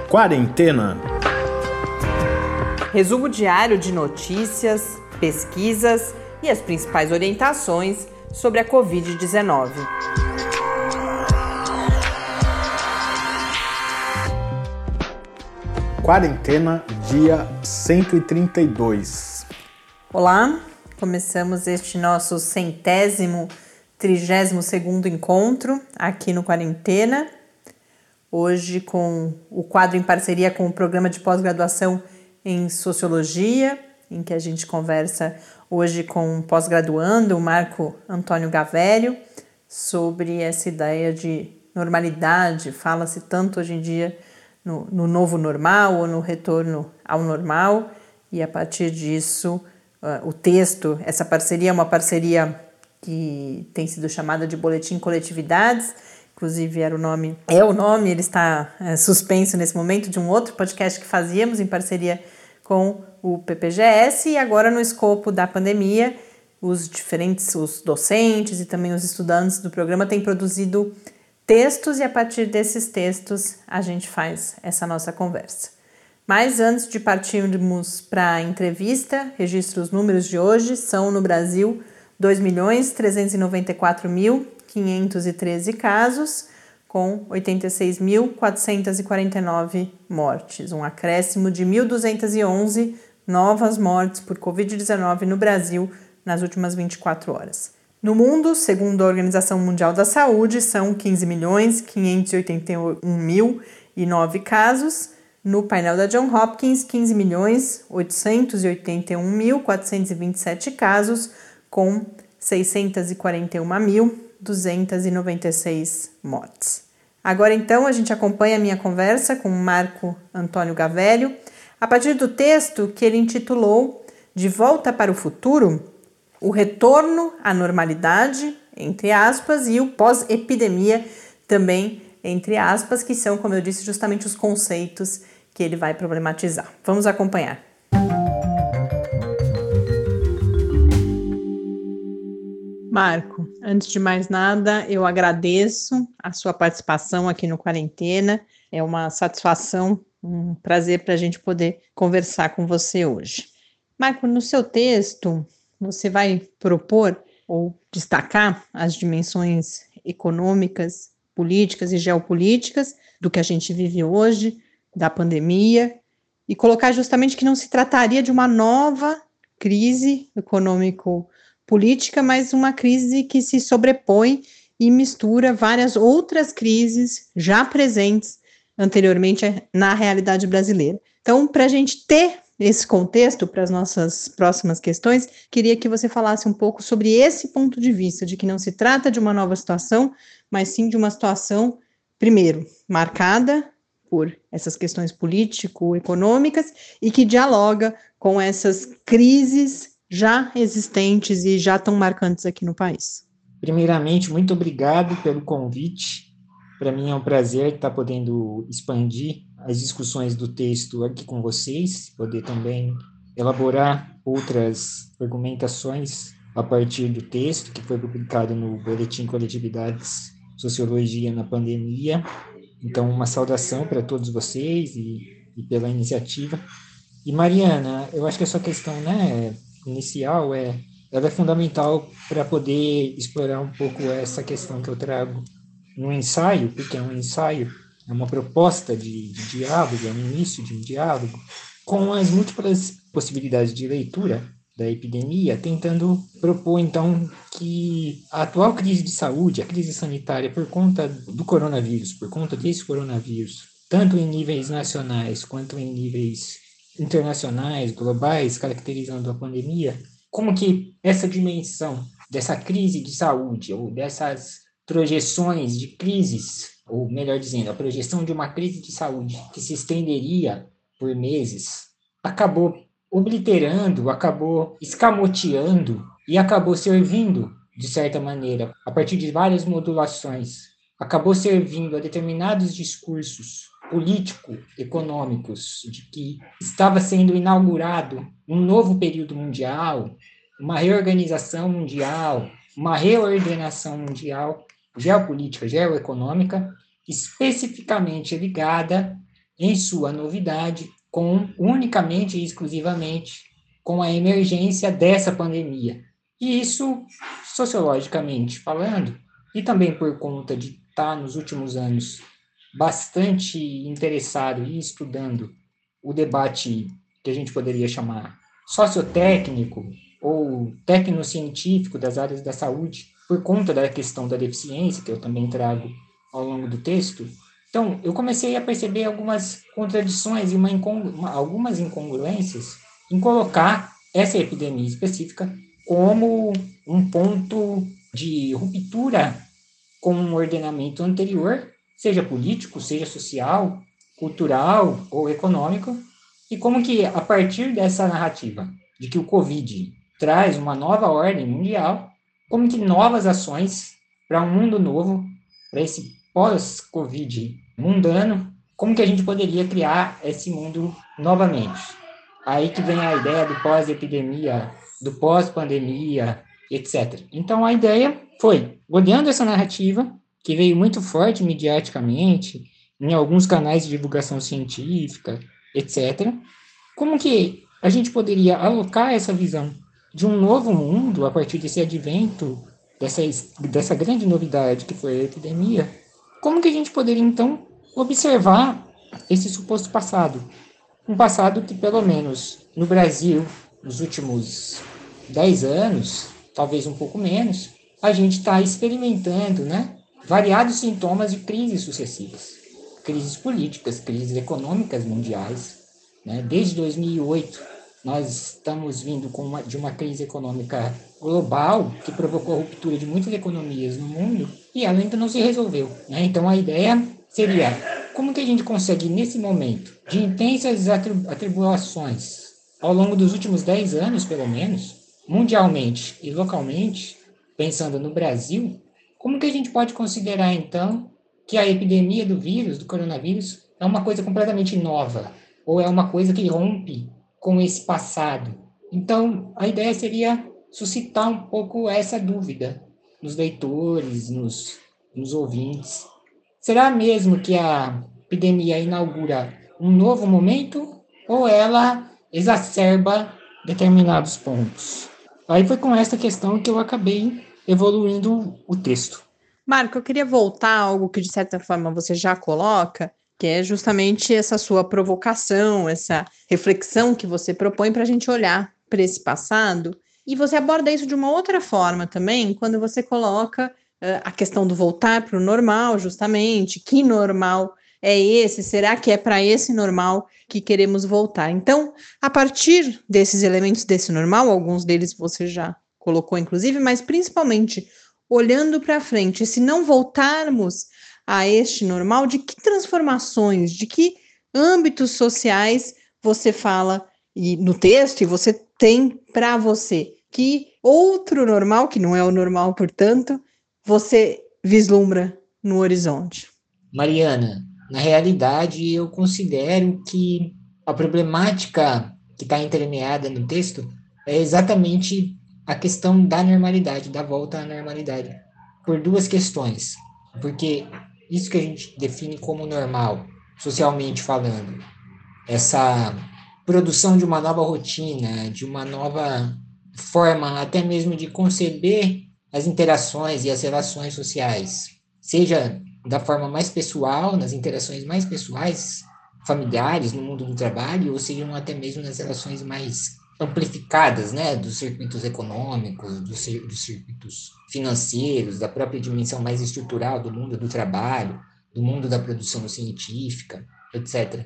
Quarentena. Resumo diário de notícias, pesquisas e as principais orientações sobre a Covid-19. Quarentena, dia 132. Olá, começamos este nosso 132º encontro aqui no Quarentena. Hoje com o quadro em parceria com o programa de pós-graduação em Sociologia, em que a gente conversa hoje com um pós-graduando, o Marco Antônio Gavelio, sobre essa ideia de normalidade. Fala-se tanto hoje em dia no novo normal ou no retorno ao normal, e a partir disso o texto, essa parceria é uma parceria que tem sido chamada de Boletim Coletividades. Inclusive é o nome, ele está suspenso nesse momento de um outro podcast que fazíamos em parceria com o PPGS, e agora no escopo da pandemia, os docentes e também os estudantes do programa têm produzido textos, e a partir desses textos a gente faz essa nossa conversa. Mas antes de partirmos para a entrevista, registro os números de hoje. São no Brasil 2.394.513 casos, com 86.449 mortes, um acréscimo de 1.211 novas mortes por Covid-19 no Brasil nas últimas 24 horas. No mundo, segundo a Organização Mundial da Saúde, são 15.581.009 casos. No painel da Johns Hopkins, 15.881.427 casos, com 641.296 mortes. Agora, então, a gente acompanha a minha conversa com o Marco Antônio Gavelio, a partir do texto que ele intitulou De Volta para o Futuro, o retorno à normalidade, entre aspas, e o pós-epidemia, também, entre aspas, que são, como eu disse, justamente os conceitos que ele vai problematizar. Vamos acompanhar. Marco, antes de mais nada, eu agradeço a sua participação aqui no Quarentena. É uma satisfação, um prazer para a gente poder conversar com você hoje. Marco, no seu texto, você vai propor ou destacar as dimensões econômicas, políticas e geopolíticas do que a gente vive hoje, da pandemia, e colocar justamente que não se trataria de uma nova crise econômico-política, mas uma crise que se sobrepõe e mistura várias outras crises já presentes anteriormente na realidade brasileira. Então, para a gente ter esse contexto para as nossas próximas questões, queria que você falasse um pouco sobre esse ponto de vista, de que não se trata de uma nova situação, mas sim de uma situação, primeiro, marcada por essas questões político-econômicas e que dialoga com essas crises já existentes e já tão marcantes aqui no país. Primeiramente, muito obrigado pelo convite. Para mim é um prazer estar podendo expandir as discussões do texto aqui com vocês, poder também elaborar outras argumentações a partir do texto que foi publicado no Boletim Coletividades Sociologia na Pandemia. Então, uma saudação para todos vocês e pela iniciativa. E, Mariana, eu acho que essa questão, inicial, ela é fundamental para poder explorar um pouco essa questão que eu trago no ensaio, porque é um ensaio, é uma proposta de diálogo, é o início de um diálogo, com as múltiplas possibilidades de leitura da epidemia, tentando propor, então, que a atual crise de saúde, a crise sanitária por conta do coronavírus, por conta desse coronavírus, tanto em níveis nacionais quanto em níveis internacionais, globais, caracterizando a pandemia, como que essa dimensão dessa crise de saúde, ou dessas projeções de crises, ou melhor dizendo, a projeção de uma crise de saúde que se estenderia por meses, acabou obliterando, acabou escamoteando e acabou servindo, de certa maneira, a partir de várias modulações, acabou servindo a determinados discursos político-econômicos de que estava sendo inaugurado um novo período mundial, uma reorganização mundial, uma reordenação mundial, geopolítica, geoeconômica, especificamente ligada em sua novidade, unicamente e exclusivamente com a emergência dessa pandemia. E isso, sociologicamente falando, e também por conta de estar nos últimos anos bastante interessado e estudando o debate que a gente poderia chamar sociotécnico ou tecnocientífico das áreas da saúde, por conta da questão da deficiência, que eu também trago ao longo do texto. Então, eu comecei a perceber algumas contradições e algumas incongruências em colocar essa epidemia específica como um ponto de ruptura com um ordenamento anterior, seja político, seja social, cultural ou econômico, e como que, a partir dessa narrativa de que o Covid traz uma nova ordem mundial, como que novas ações para um mundo novo, para esse pós-Covid mundano, como que a gente poderia criar esse mundo novamente. Aí que vem a ideia do pós-epidemia, do pós-pandemia, etc. Então, a ideia foi, olhando essa narrativa, que veio muito forte mediaticamente, em alguns canais de divulgação científica, etc., como que a gente poderia alocar essa visão de um novo mundo a partir desse advento, dessa grande novidade que foi a epidemia, como que a gente poderia, então, observar esse suposto passado? Um passado que, pelo menos no Brasil, nos últimos 10 anos, talvez um pouco menos, a gente está experimentando, né, variados sintomas de crises sucessivas. Crises políticas, crises econômicas mundiais. Né? Desde 2008, nós estamos vindo de uma crise econômica global que provocou a ruptura de muitas economias no mundo e ela ainda não se resolveu. Né? Então, a ideia seria como que a gente consegue, nesse momento de intensas atribulações, ao longo dos últimos 10 anos, pelo menos, mundialmente e localmente, pensando no Brasil, como que a gente pode considerar, então, que a epidemia do vírus, do coronavírus, é uma coisa completamente nova, ou é uma coisa que rompe com esse passado? Então, a ideia seria suscitar um pouco essa dúvida nos leitores, nos ouvintes. Será mesmo que a epidemia inaugura um novo momento ou ela exacerba determinados pontos? Aí foi com essa questão que eu acabei evoluindo o texto. Marco, eu queria voltar a algo que, de certa forma, você já coloca, que é justamente essa sua provocação, essa reflexão que você propõe para a gente olhar para esse passado. E você aborda isso de uma outra forma também, quando você coloca a questão do voltar para o normal, justamente. Que normal é esse? Será que é para esse normal que queremos voltar? Então, a partir desses elementos desse normal, alguns deles você já colocou, inclusive, mas principalmente olhando para frente, se não voltarmos a este normal, de que transformações, de que âmbitos sociais você fala e no texto e você tem para você? Que outro normal, que não é o normal, portanto, você vislumbra no horizonte? Mariana, na realidade, eu considero que a problemática que está entremeada no texto é exatamente a questão da normalidade, da volta à normalidade, por duas questões. Porque isso que a gente define como normal, socialmente falando, essa produção de uma nova rotina, de uma nova forma até mesmo de conceber as interações e as relações sociais, seja da forma mais pessoal, nas interações mais pessoais, familiares, no mundo do trabalho, ou sejam até mesmo nas relações mais amplificadas, né, dos circuitos econômicos, dos circuitos financeiros, da própria dimensão mais estrutural do mundo do trabalho, do mundo da produção científica, etc.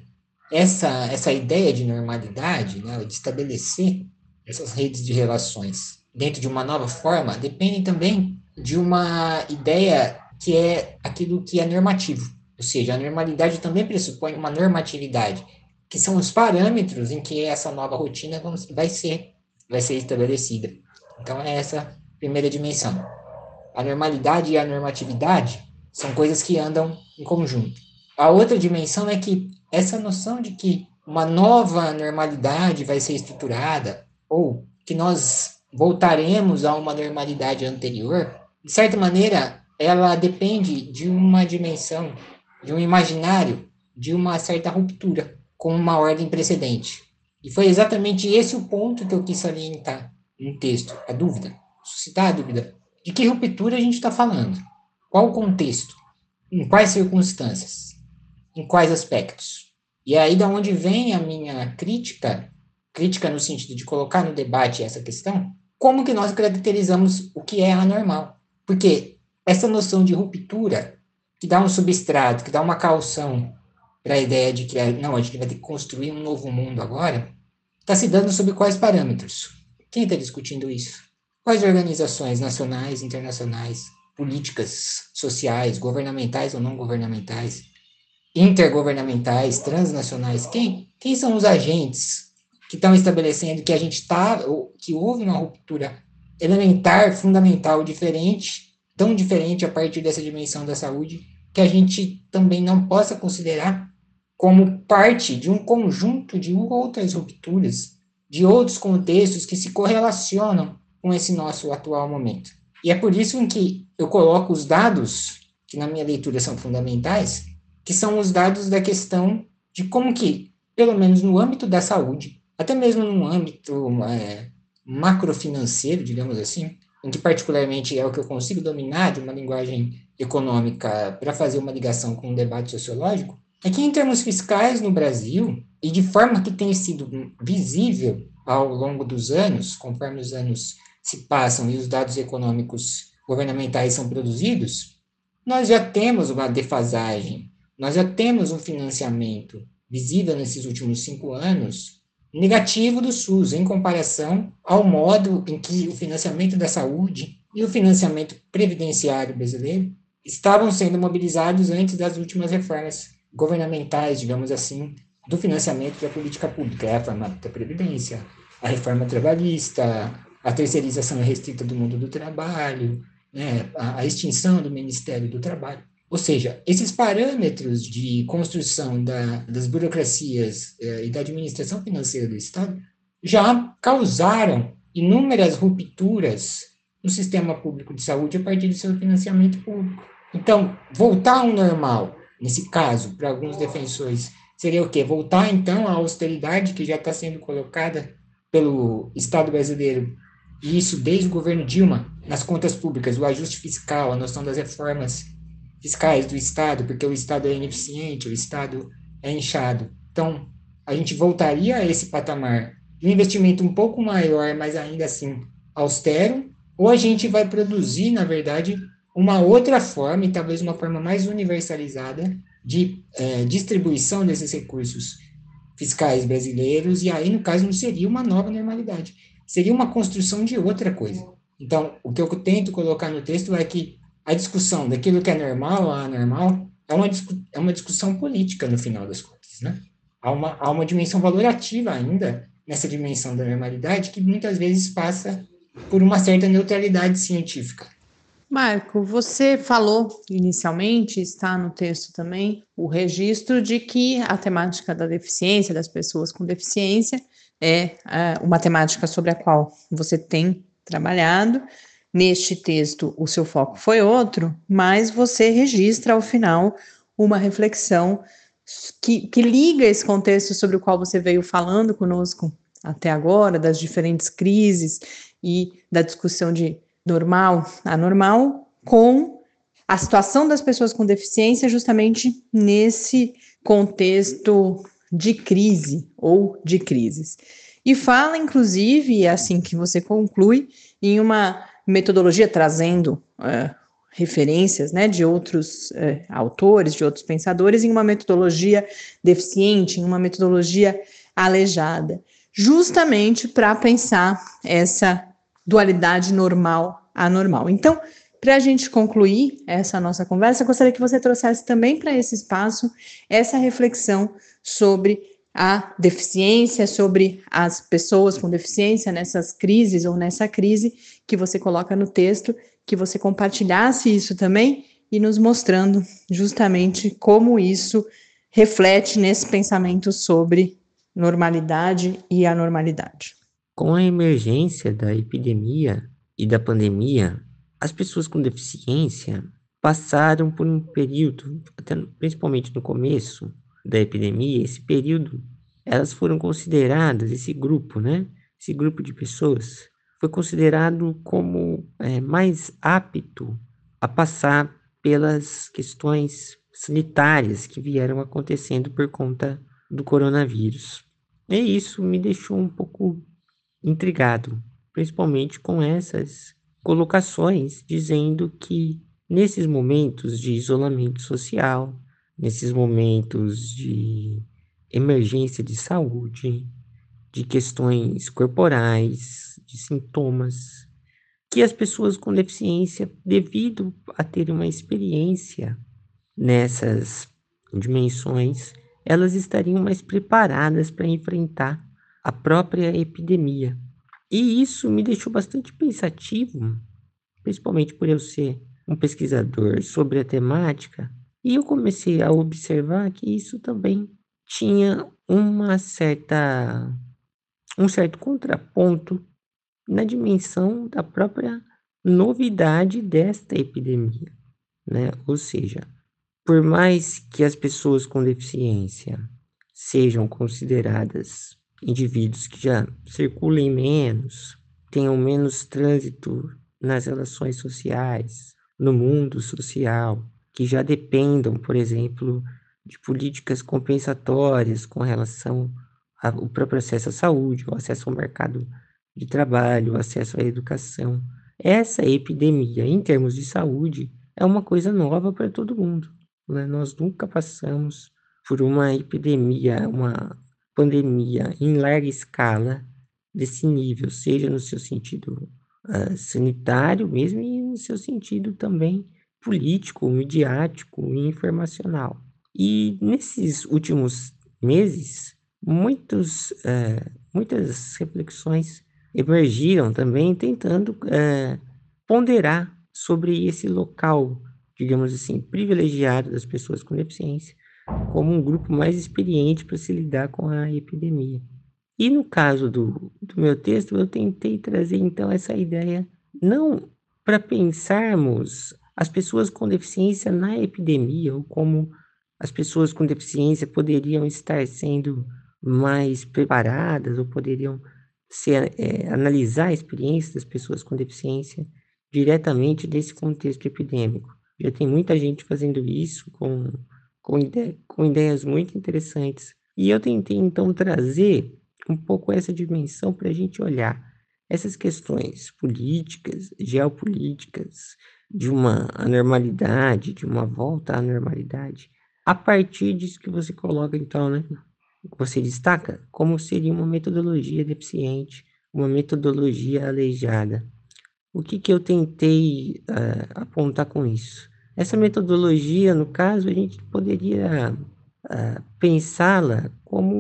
Essa ideia de normalidade, né, de estabelecer essas redes de relações dentro de uma nova forma, depende também de uma ideia que é aquilo que é normativo. Ou seja, a normalidade também pressupõe uma normatividade, que são os parâmetros em que essa nova rotina vai ser estabelecida. Então, é essa primeira dimensão. A normalidade e a normatividade são coisas que andam em conjunto. A outra dimensão é que essa noção de que uma nova normalidade vai ser estruturada, ou que nós voltaremos a uma normalidade anterior, de certa maneira, ela depende de uma dimensão, de um imaginário de uma certa ruptura com uma ordem precedente. E foi exatamente esse o ponto que eu quis salientar no texto, a dúvida, suscitar a dúvida. De que ruptura a gente está falando? Qual o contexto? Em quais circunstâncias? Em quais aspectos? E aí da onde vem a minha crítica no sentido de colocar no debate essa questão, como que nós caracterizamos o que é anormal? Porque essa noção de ruptura, que dá um substrato, que dá uma caução para a ideia de que não, a gente vai ter que construir um novo mundo agora, está se dando sob quais parâmetros? Quem está discutindo isso? Quais organizações nacionais, internacionais, políticas sociais, governamentais ou não governamentais, intergovernamentais, transnacionais? Quem são os agentes que estão estabelecendo que a gente que houve uma ruptura elementar, fundamental, diferente, tão diferente a partir dessa dimensão da saúde, que a gente também não possa considerar como parte de um conjunto de outras rupturas, de outros contextos que se correlacionam com esse nosso atual momento. E é por isso em que eu coloco os dados, que na minha leitura são fundamentais, que são os dados da questão de como que, pelo menos no âmbito da saúde, até mesmo no âmbito macrofinanceiro, digamos assim, em que particularmente é o que eu consigo dominar de uma linguagem econômica para fazer uma ligação com um debate sociológico, é que em termos fiscais no Brasil, e de forma que tem sido visível ao longo dos anos, conforme os anos se passam e os dados econômicos governamentais são produzidos, nós já temos uma defasagem, nós já temos um financiamento visível nesses últimos 5 anos negativo do SUS, em comparação ao modo em que o financiamento da saúde e o financiamento previdenciário brasileiro estavam sendo mobilizados antes das últimas reformas governamentais, digamos assim, do financiamento da política pública, a reforma da Previdência, a reforma trabalhista, a terceirização restrita do mundo do trabalho, né, a extinção do Ministério do Trabalho. Ou seja, esses parâmetros de construção das burocracias e da administração financeira do Estado já causaram inúmeras rupturas no sistema público de saúde a partir do seu financiamento público. Então, voltar ao normal, nesse caso, para alguns defensores, seria o quê? Voltar, então, à austeridade que já está sendo colocada pelo Estado brasileiro, e isso desde o governo Dilma, nas contas públicas, o ajuste fiscal, a noção das reformas fiscais do Estado, porque o Estado é ineficiente, o Estado é inchado. Então, a gente voltaria a esse patamar de um investimento um pouco maior, mas ainda assim austero, ou a gente vai produzir, na verdade, uma outra forma, e talvez uma forma mais universalizada, de distribuição desses recursos fiscais brasileiros, e aí, no caso, não seria uma nova normalidade, seria uma construção de outra coisa. Então, o que eu tento colocar no texto é que a discussão daquilo que é normal ou anormal é uma discussão política, no final das contas, né? Há uma dimensão valorativa ainda nessa dimensão da normalidade que muitas vezes passa por uma certa neutralidade científica. Marco, você falou inicialmente, está no texto também, o registro de que a temática da deficiência, das pessoas com deficiência, é uma temática sobre a qual você tem trabalhado. Neste texto, o seu foco foi outro, mas você registra, ao final, uma reflexão que liga esse contexto sobre o qual você veio falando conosco até agora, das diferentes crises e da discussão de normal, anormal, com a situação das pessoas com deficiência justamente nesse contexto de crise ou de crises. E fala, inclusive, é assim que você conclui, em uma metodologia trazendo referências, né, de outros autores, de outros pensadores, em uma metodologia deficiente, em uma metodologia aleijada, justamente para pensar essa dualidade normal-anormal. Então, para a gente concluir essa nossa conversa, eu gostaria que você trouxesse também para esse espaço essa reflexão sobre a deficiência, sobre as pessoas com deficiência nessas crises ou nessa crise que você coloca no texto, que você compartilhasse isso também e nos mostrando justamente como isso reflete nesse pensamento sobre normalidade e anormalidade. Com a emergência da epidemia e da pandemia, as pessoas com deficiência passaram por um período, até principalmente no começo, da epidemia, esse período, elas foram consideradas, esse grupo, né? Esse grupo de pessoas foi considerado como mais apto a passar pelas questões sanitárias que vieram acontecendo por conta do coronavírus. E isso me deixou um pouco intrigado, principalmente com essas colocações dizendo que nesses momentos de isolamento social, nesses momentos de emergência de saúde, de questões corporais, de sintomas, que as pessoas com deficiência, devido a terem uma experiência nessas dimensões, elas estariam mais preparadas para enfrentar a própria epidemia. E isso me deixou bastante pensativo, principalmente por eu ser um pesquisador sobre a temática, e eu comecei a observar que isso também tinha um certo contraponto na dimensão da própria novidade desta epidemia, né? Ou seja, por mais que as pessoas com deficiência sejam consideradas indivíduos que já circulem menos, tenham menos trânsito nas relações sociais, no mundo social, que já dependam, por exemplo, de políticas compensatórias com relação ao próprio acesso à saúde, o acesso ao mercado de trabalho, o acesso à educação. Essa epidemia, em termos de saúde, é uma coisa nova para todo mundo, né? Nós nunca passamos por uma epidemia, uma pandemia em larga escala desse nível, seja no seu sentido sanitário mesmo e no seu sentido também político, midiático e informacional. E nesses últimos meses, muitas reflexões emergiram também tentando ponderar sobre esse local, digamos assim, privilegiado das pessoas com deficiência, como um grupo mais experiente para se lidar com a epidemia. E no caso do meu texto, eu tentei trazer então essa ideia, não para pensarmos as pessoas com deficiência na epidemia, ou como as pessoas com deficiência poderiam estar sendo mais preparadas, ou poderiam analisar a experiência das pessoas com deficiência diretamente desse contexto epidêmico. Já tem muita gente fazendo isso com ideias muito interessantes. E eu tentei, então, trazer um pouco essa dimensão para a gente olhar essas questões políticas, geopolíticas, de uma anormalidade, de uma volta à normalidade, a partir disso que você coloca, então, né? Você destaca como seria uma metodologia deficiente, uma metodologia aleijada. O que eu tentei apontar com isso? Essa metodologia, no caso, a gente poderia pensá-la como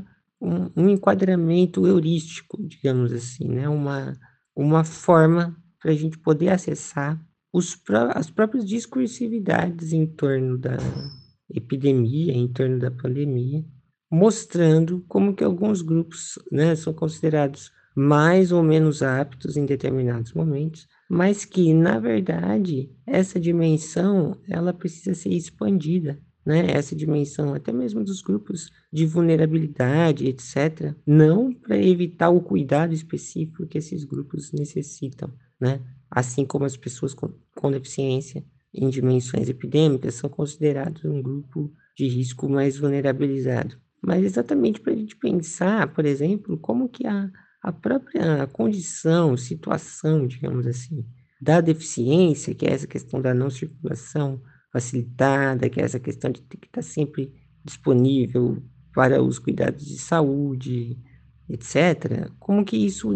um enquadramento heurístico, digamos assim, né? Uma forma para a gente poder acessar as próprias discursividades em torno da epidemia, em torno da pandemia, mostrando como que alguns grupos, né, são considerados mais ou menos aptos em determinados momentos, mas que, na verdade, essa dimensão, ela precisa ser expandida, né? Essa dimensão, até mesmo dos grupos de vulnerabilidade, etc., não para evitar o cuidado específico que esses grupos necessitam, né? Assim como as pessoas com deficiência em dimensões epidêmicas são considerados um grupo de risco mais vulnerabilizado. Mas exatamente para a gente pensar, por exemplo, como que a própria condição, situação, digamos assim, da deficiência, que é essa questão da não circulação facilitada, que é essa questão de ter que estar sempre disponível para os cuidados de saúde, etc., como que isso,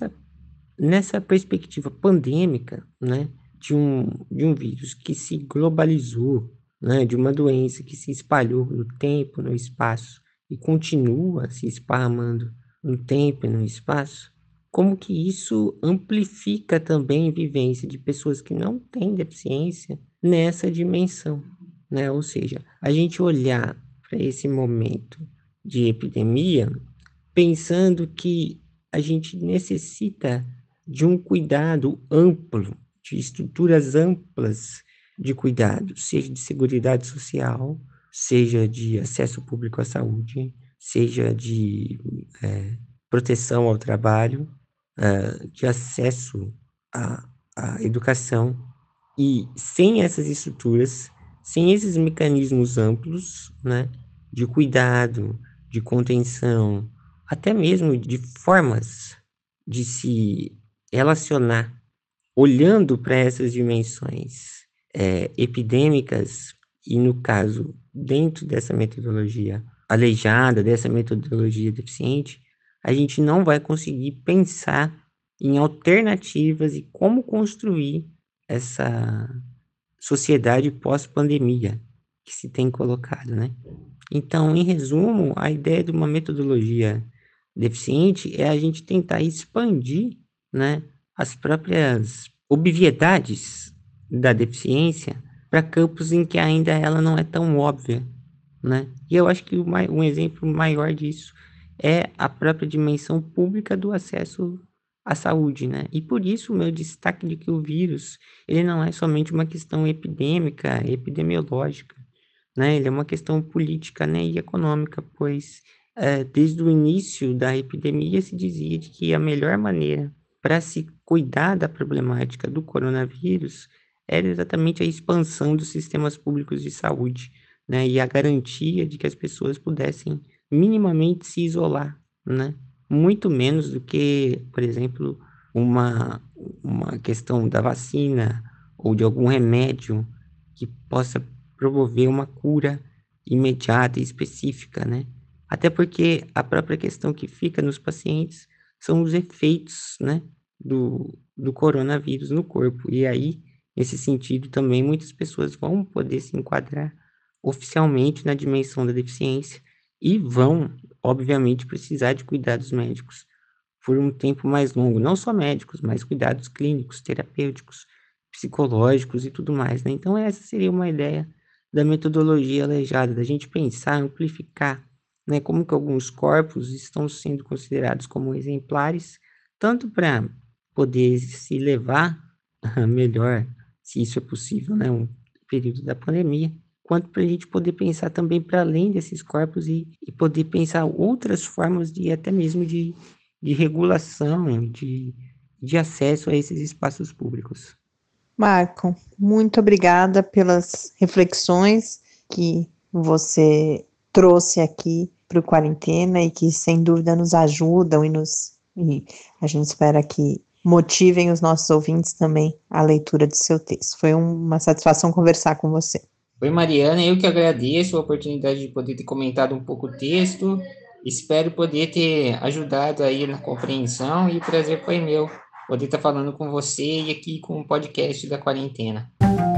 nessa perspectiva pandêmica, né, de um vírus que se globalizou, né, de uma doença que se espalhou no tempo, no espaço, e continua se esparramando no tempo e no espaço, como que isso amplifica também a vivência de pessoas que não têm deficiência nessa dimensão, né? Ou seja, a gente olhar para esse momento de epidemia pensando que a gente necessita de um cuidado amplo, de estruturas amplas de cuidado, seja de seguridade social, seja de acesso público à saúde, seja de proteção ao trabalho, de acesso à educação. E sem essas estruturas, sem esses mecanismos amplos, né, de cuidado, de contenção, até mesmo de formas de se relacionar, olhando para essas dimensões epidêmicas, e no caso, dentro dessa metodologia aleijada, dessa metodologia deficiente, a gente não vai conseguir pensar em alternativas e como construir essa sociedade pós-pandemia que se tem colocado, né? Então, em resumo, a ideia de uma metodologia deficiente é a gente tentar expandir, né, as próprias obviedades da deficiência para campos em que ainda ela não é tão óbvia, né? E eu acho que um exemplo maior disso é a própria dimensão pública do acesso à saúde, né? E por isso o meu destaque de que o vírus, ele não é somente uma questão epidêmica, epidemiológica, né? Ele é uma questão política, né, e econômica, pois desde o início da epidemia se dizia de que a melhor maneira para se cuidar da problemática do coronavírus era exatamente a expansão dos sistemas públicos de saúde, né, e a garantia de que as pessoas pudessem minimamente se isolar, né, muito menos do que, por exemplo, uma questão da vacina ou de algum remédio que possa promover uma cura imediata e específica, né? Até porque a própria questão que fica nos pacientes são os efeitos, né, do coronavírus no corpo. E aí, nesse sentido, também muitas pessoas vão poder se enquadrar oficialmente na dimensão da deficiência e vão, obviamente, precisar de cuidados médicos por um tempo mais longo. Não só médicos, mas cuidados clínicos, terapêuticos, psicológicos e tudo mais, né? Então, essa seria uma ideia da metodologia aleijada, da gente pensar, amplificar, né, como que alguns corpos estão sendo considerados como exemplares, tanto para poder se levar melhor, se isso é possível, né, um período da pandemia, quanto para a gente poder pensar também para além desses corpos e poder pensar outras formas de até mesmo de regulação, de acesso a esses espaços públicos. Marco, muito obrigada pelas reflexões que você trouxe aqui para o Quarentena e que, sem dúvida, nos ajudam e a gente espera que motivem os nossos ouvintes também à leitura do seu texto. Foi uma satisfação conversar com você. Oi, Mariana, eu que agradeço a oportunidade de poder ter comentado um pouco o texto. Espero poder ter ajudado aí na compreensão e o prazer foi meu poder estar falando com você e aqui com o podcast da Quarentena.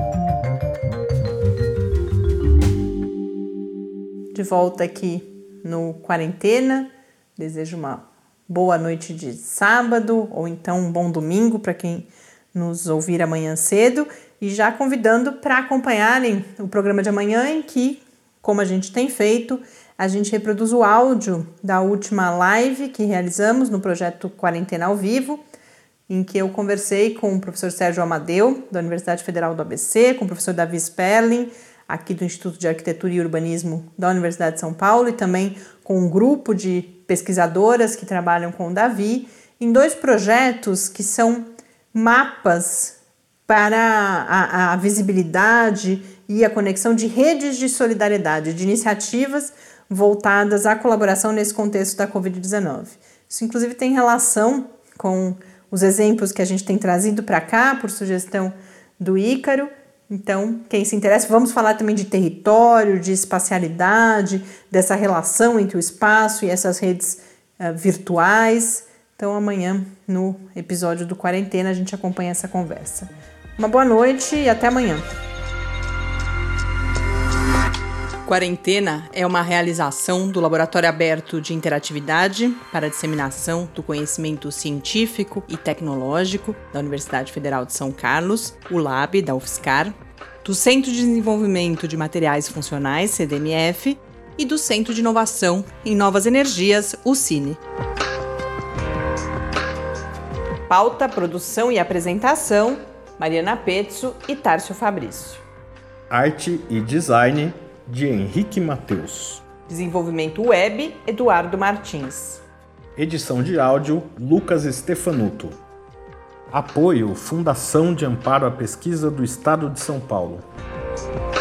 De volta aqui no Quarentena, desejo uma boa noite de sábado ou então um bom domingo para quem nos ouvir amanhã cedo e já convidando para acompanharem o programa de amanhã em que, como a gente tem feito, a gente reproduz o áudio da última live que realizamos no projeto Quarentena ao Vivo, em que eu conversei com o professor Sérgio Amadeu, da Universidade Federal do ABC, com o professor Davi Sperling, aqui do Instituto de Arquitetura e Urbanismo da Universidade de São Paulo, e também com um grupo de pesquisadoras que trabalham com o Davi, em 2 projetos que são mapas para a visibilidade e a conexão de redes de solidariedade, de iniciativas voltadas à colaboração nesse contexto da Covid-19. Isso, inclusive, tem relação com os exemplos que a gente tem trazido para cá, por sugestão do Ícaro. Então, quem se interessa, vamos falar também de território, de espacialidade, dessa relação entre o espaço e essas redes virtuais. Então, amanhã, no episódio do Quarentena, a gente acompanha essa conversa. Uma boa noite e até amanhã. Quarentena é uma realização do Laboratório Aberto de Interatividade para a Disseminação do Conhecimento Científico e Tecnológico da Universidade Federal de São Carlos, o LAB da UFSCar, do Centro de Desenvolvimento de Materiais Funcionais, CDMF, e do Centro de Inovação em Novas Energias, o CINE. Pauta, produção e apresentação, Mariana Pezzo e Tárcio Fabrício. Arte e design, de Henrique Mateus. Desenvolvimento web, Eduardo Martins. Edição de áudio, Lucas Stefanuto. Apoio, Fundação de Amparo à Pesquisa do Estado de São Paulo.